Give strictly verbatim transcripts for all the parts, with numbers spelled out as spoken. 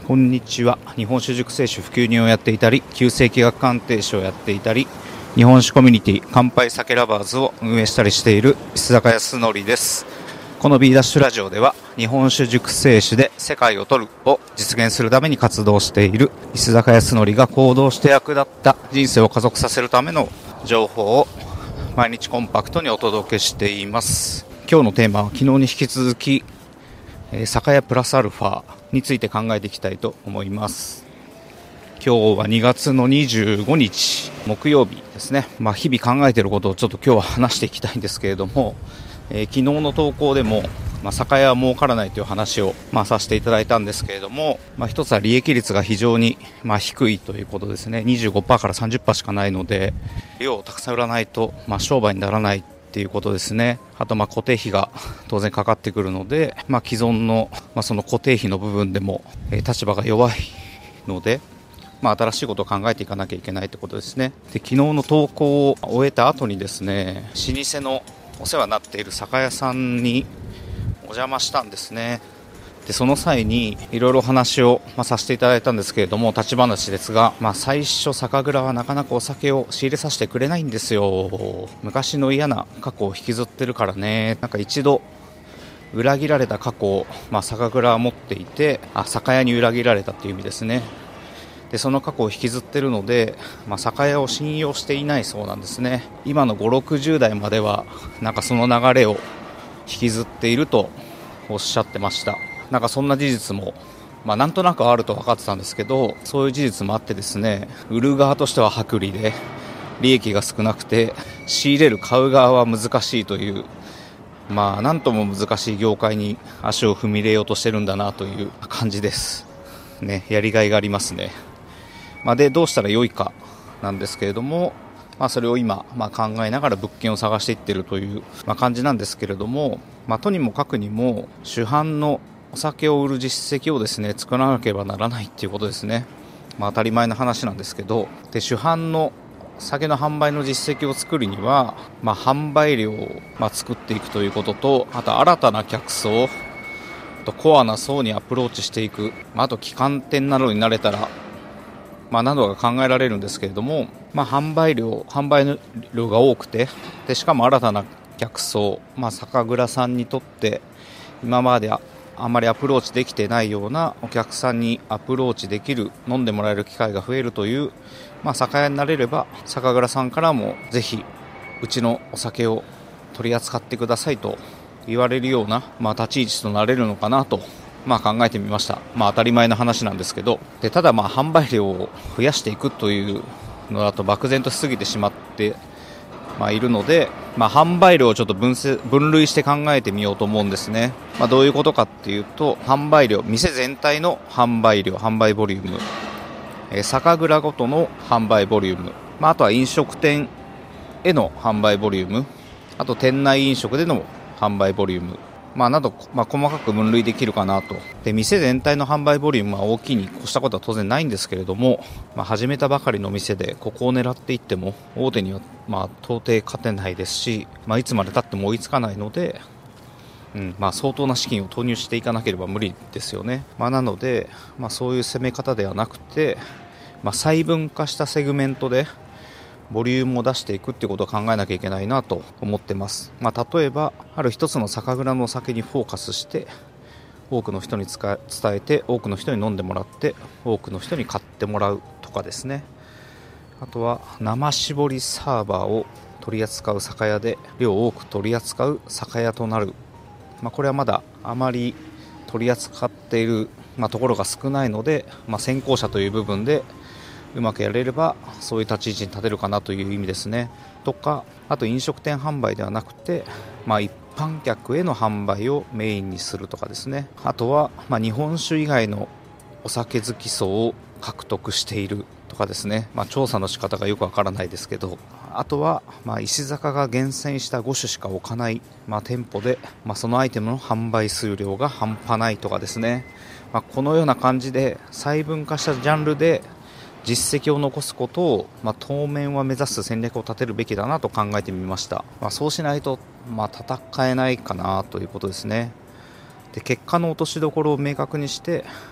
こんにちは。日本酒熟成酒普及人をやっていたり、旧世紀学鑑定士をやっていたり、日本酒コミュニティ乾杯酒ラバーズを運営したりしている石坂康則です。この B ダッシュラジオでは、日本酒熟成酒で世界を取るを実現するために活動している石坂康則が行動して役立った人生を加速させるための情報を毎日コンパクトにお届けしています。今日のテーマは昨日に引き続き、えー、酒屋プラスアルファについて考えていきたいと思います。今日はにがつのにじゅうごにち木曜日ですね。まあ、日々考えていることをちょっと今日は話していきたいんですけれども、えー、昨日の投稿でも、まあ、酒屋は儲からないという話を、まあ、させていただいたんですけれども、まあ、一つは利益率が非常に、まあ、低いということですね。 にじゅうごパーセント から さんじゅっパーセント しかないので、量をたくさん売らないと、まあ、商売にならないっていうことですね。あとまあ固定費が当然かかってくるので、まあ、既存の、まあ、その固定費の部分でも、えー、立場が弱いので、まあ、新しいことを考えていかなきゃいけないということですね。で、昨日の投稿を終えた後にですね、老舗のお世話になっている酒屋さんにお邪魔したんですね。で、その際にいろいろ話を、まあ、させていただいたんですけれども、立ち話ですが、まあ、最初酒蔵はなかなかお酒を仕入れさせてくれないんですよ。昔の嫌な過去を引きずってるからね。なんか一度裏切られた過去を、まあ、酒蔵は持っていて、あ、酒屋に裏切られたっていう意味ですね。で、その過去を引きずってるので、まあ、酒屋を信用していないそうなんですね。今のご、ろくじゅうだいまではなんかその流れを引きずっているとおっしゃってました。なんかそんな事実も、まあ、なんとなくあると分かってたんですけど、そういう事実もあってですね、売る側としては薄利で利益が少なくて、仕入れる買う側は難しいという、まあなんとも難しい業界に足を踏み入れようとしてるんだなという感じですね。やりがいがありますね。まあ、でどうしたらよいかなんですけれども、まあ、それを今、まあ、考えながら物件を探していっているという、まあ、感じなんですけれども、まあ、とにもかくにも主販のお酒を売る実績をですね作らなければならないっていうことですね。まあ、当たり前の話なんですけど、で主販の酒の販売の実績を作るには、まあ、販売量を、まあ、作っていくということと、あと新たな客層とコアな層にアプローチしていく、まあ、あと旗艦店などになれたら、まあ、などが考えられるんですけれども、まあ、販売量販売量が多くて、でしかも新たな客層、まあ、酒蔵さんにとって今まであまりアプローチできてないようなお客さんにアプローチできる、飲んでもらえる機会が増えるという、まあ、酒屋になれれば酒蔵さんからもぜひうちのお酒を取り扱ってくださいと言われるような、まあ、立ち位置となれるのかなと、まあ、考えてみました。まあ、当たり前の話なんですけど、でただまあ販売量を増やしていくというのだと漠然としすぎてしまってまあ、いるので、まあ、販売量をちょっと 分, 分類して考えてみようと思うんですね。まあ、どういうことかっていうと、販売量、店全体の販売量、販売ボリューム、えー、酒蔵ごとの販売ボリューム、まあ、あとは飲食店への販売ボリューム、あと店内飲食での販売ボリューム、まあ、など、まあ、細かく分類できるかなと。で、店全体の販売ボリュームは大きいに越したことは当然ないんですけれども、まあ、始めたばかりの店でここを狙っていっても大手にはまあ到底勝てないですし、まあ、いつまで経っても追いつかないので、うんまあ、相当な資金を投入していかなければ無理ですよね。まあ、なので、まあ、そういう攻め方ではなくて、まあ、細分化したセグメントでボリュームを出していくっていうことを考えなきゃいけないなと思ってます。まあ、例えばある一つの酒蔵のお酒にフォーカスして多くの人に伝えて、多くの人に飲んでもらって、多くの人に買ってもらうとかですね。あとは生搾りサーバーを取り扱う酒屋で量を多く取り扱う酒屋となる、まあ、これはまだあまり取り扱っている、まあ、ところが少ないので、まあ、先行者という部分でうまくやれればそういう立ち位置に立てるかなという意味ですね。とか、あと飲食店販売ではなくて、まあ、一般客への販売をメインにするとかですね。あとは、まあ、日本酒以外のお酒好き層を獲得しているとかですね。まあ、調査の仕方がよくわからないですけど、あとは、まあ、石坂が厳選したご種しか置かない、まあ、店舗で、まあ、そのアイテムの販売数量が半端ないとかですね。まあ、このような感じで細分化したジャンルで実績を残すことを、まあ、当面は目指す戦略を立てるべきだなと考えてみました。まあ、そうしないと、まあ、戦えないかなということですね。で、結果の落としどころを明確にして、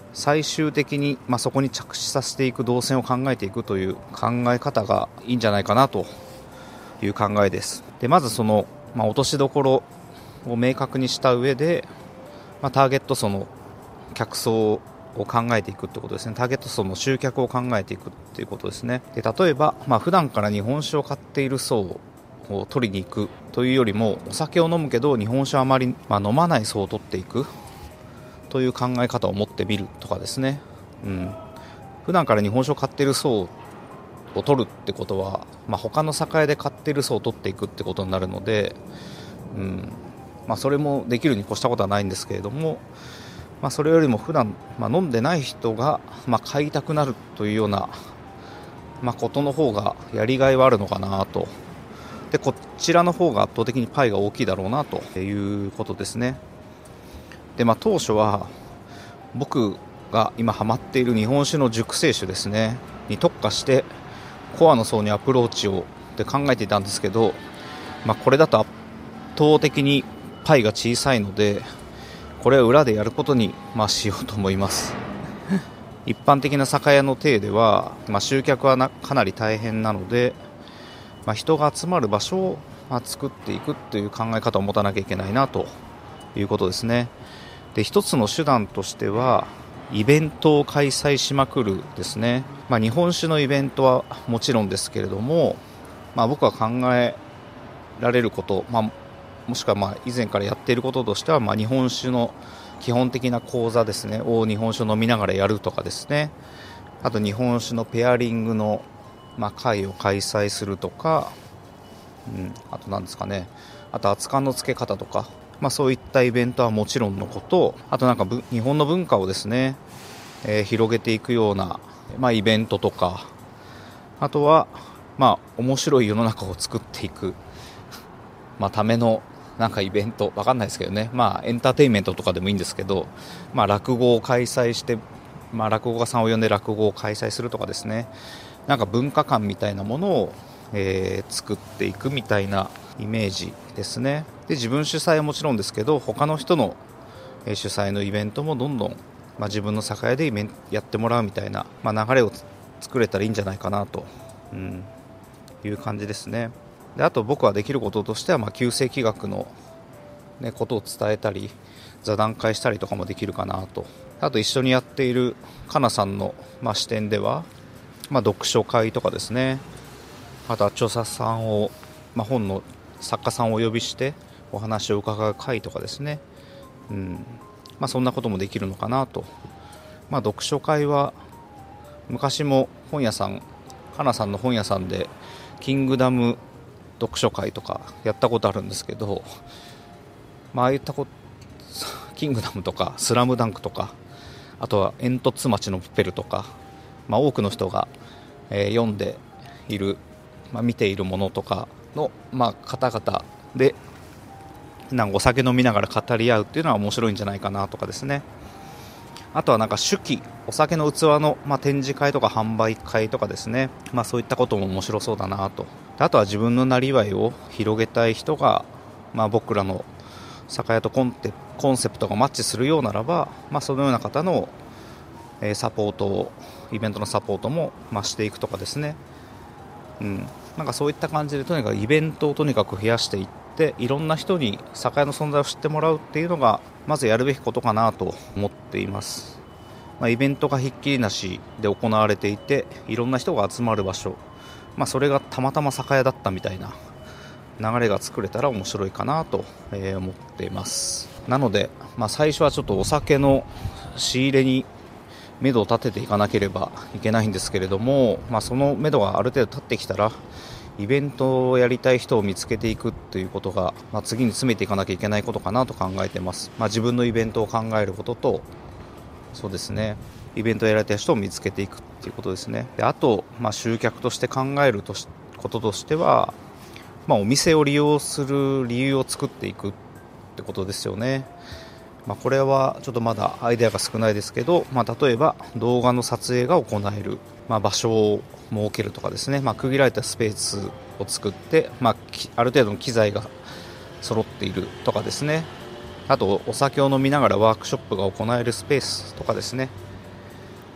最終的に、まあ、そこに着地させていく動線を考えていくという考え方がいいんじゃないかなという考えです。でまずその、まあ、落としどころを明確にした上で、まあ、ターゲット層の客層を考えていくってことですね。ターゲット層の集客を考えていくっていうことですね。で例えば、まあ、普段から日本酒を買っている層を取りに行くというよりも、お酒を飲むけど日本酒をあまり、まあ、飲まない層を取っていくという考え方を持ってみるとかですね。うん、普段から日本酒を買っている層を取るってことは、まあ、他の酒屋で買っている層を取っていくってことになるので、うんまあ、それもできるに越したことはないんですけれども、まあ、それよりも普段、まあ、飲んでない人が、まあ、買いたくなるというような、まあ、ことの方がやりがいはあるのかなと。でこちらの方が圧倒的にパイが大きいだろうなということですね。で、まあ、当初は僕が今ハマっている日本酒の熟成酒ですねに特化してコアの層にアプローチをって考えていたんですけど、まあ、これだと圧倒的にパイが小さいので、これは裏でやることに、まあ、しようと思います一般的な酒屋の体では、まあ、集客はなかなり大変なので、まあ、人が集まる場所を、まあ、作っていくという考え方を持たなきゃいけないなということですね。で一つの手段としてはイベントを開催しまくるですね。まあ、日本酒のイベントはもちろんですけれども、まあ、僕は考えられること、まあ、もしくはまあ以前からやっていることとしては、まあ、日本酒の基本的な講座ですねを日本酒を飲みながらやるとかですね。あと日本酒のペアリングのまあ会を開催するとか、うん、あと何ですかね、あと熱燗の付け方とか、まあ、そういったイベントはもちろんのこと、あとなんか日本の文化をですね、えー、広げていくような、まあ、イベントとか、あとはまあ面白い世の中を作っていく、まあ、ためのなんかイベントわかんないですけどね、まあエンターテインメントとかでもいいんですけど、まあ、落語を開催して、まあ、落語家さんを呼んで落語を開催するとかですね、なんか文化館みたいなものを、えー、作っていくみたいなイメージですね。で自分主催はもちろんですけど、他の人の主催のイベントもどんどん、まあ、自分の酒屋でイベントやってもらうみたいな、まあ、流れを作れたらいいんじゃないかなと、うん、いう感じですね。であと僕はできることとしては、まあ、旧世紀学の、ね、ことを伝えたり座談会したりとかもできるかなと。あと一緒にやっているかなさんの、まあ、視点では、まあ、読書会とかですね、あとは著者さんを、まあ、本の作家さんをお呼びしてお話を伺う会とかですね、うんまあ、そんなこともできるのかなと。まあ、読書会は昔も本屋さん、かなさんの本屋さんでキングダム読書会とかやったことあるんですけど、まあ、ああいったことキングダムとかスラムダンクとか、あとは煙突町のプペルとか、まあ、多くの人が、えー、読んでいる、まあ、見ているものとかの、まあ、方々でなんかお酒飲みながら語り合うっていうのは面白いんじゃないかなとかですね。あとはなんか酒器、お酒の器の、まあ、展示会とか販売会とかですね、まあ、そういったことも面白そうだなと。あとは自分のなりわいを広げたい人が、まあ、僕らの酒屋とコンテコンセプトがマッチするようならば、まあ、そのような方の、えー、サポートをイベントのサポートも、まあ、していくとかですね、うん、なんかそういった感じでとにかくイベントをとにかく増やしていっていろんな人に酒屋の存在を知ってもらうっていうのがまずやるべきことかなと思っています。まあ、イベントがひっきりなしで行われていていろんな人が集まる場所、まあ、それがたまたま酒屋だったみたいな流れが作れたら面白いかなと思っています。なので、まあ、最初はちょっとお酒の仕入れに目処を立てていかなければいけないんですけれども、まあ、その目処がある程度立ってきたらイベントをやりたい人を見つけていくということが、まあ、次に詰めていかなきゃいけないことかなと考えています。まあ、自分のイベントを考えることと、そうですね、イベントをやられたい人を見つけていくということですね。であと、まあ、集客として考えるとしこととしては、まあ、お店を利用する理由を作っていくってことですよね。まあ、これはちょっとまだアイデアが少ないですけど、まあ、例えば動画の撮影が行える、まあ、場所を設けるとかですね、まあ、区切られたスペースを作って、まあ、ある程度の機材が揃っているとかですね、あとお酒を飲みながらワークショップが行えるスペースとかですね、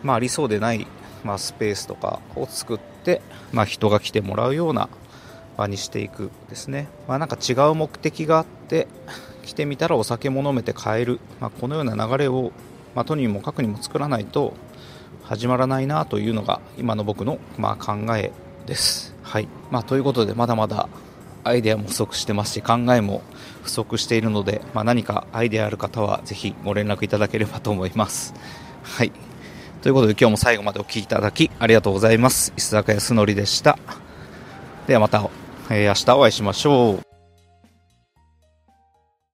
まあ、ありそうでない、まあ、スペースとかを作って、まあ、人が来てもらうような場にしていくですね。まあ、なんか違う目的があって来てみたらお酒も飲めて帰る、まあ、このような流れを、まあ、とにもかくにも作らないと始まらないなというのが今の僕の、まあ、考えです。はい、まあ、ということでまだまだアイデアも不足してますし考えも不足しているので、まあ、何かアイデアある方はぜひご連絡いただければと思います。はい、ということで今日も最後までお聞きいただきありがとうございます。石坂康則でした。ではまた、えー、明日お会いしましょう。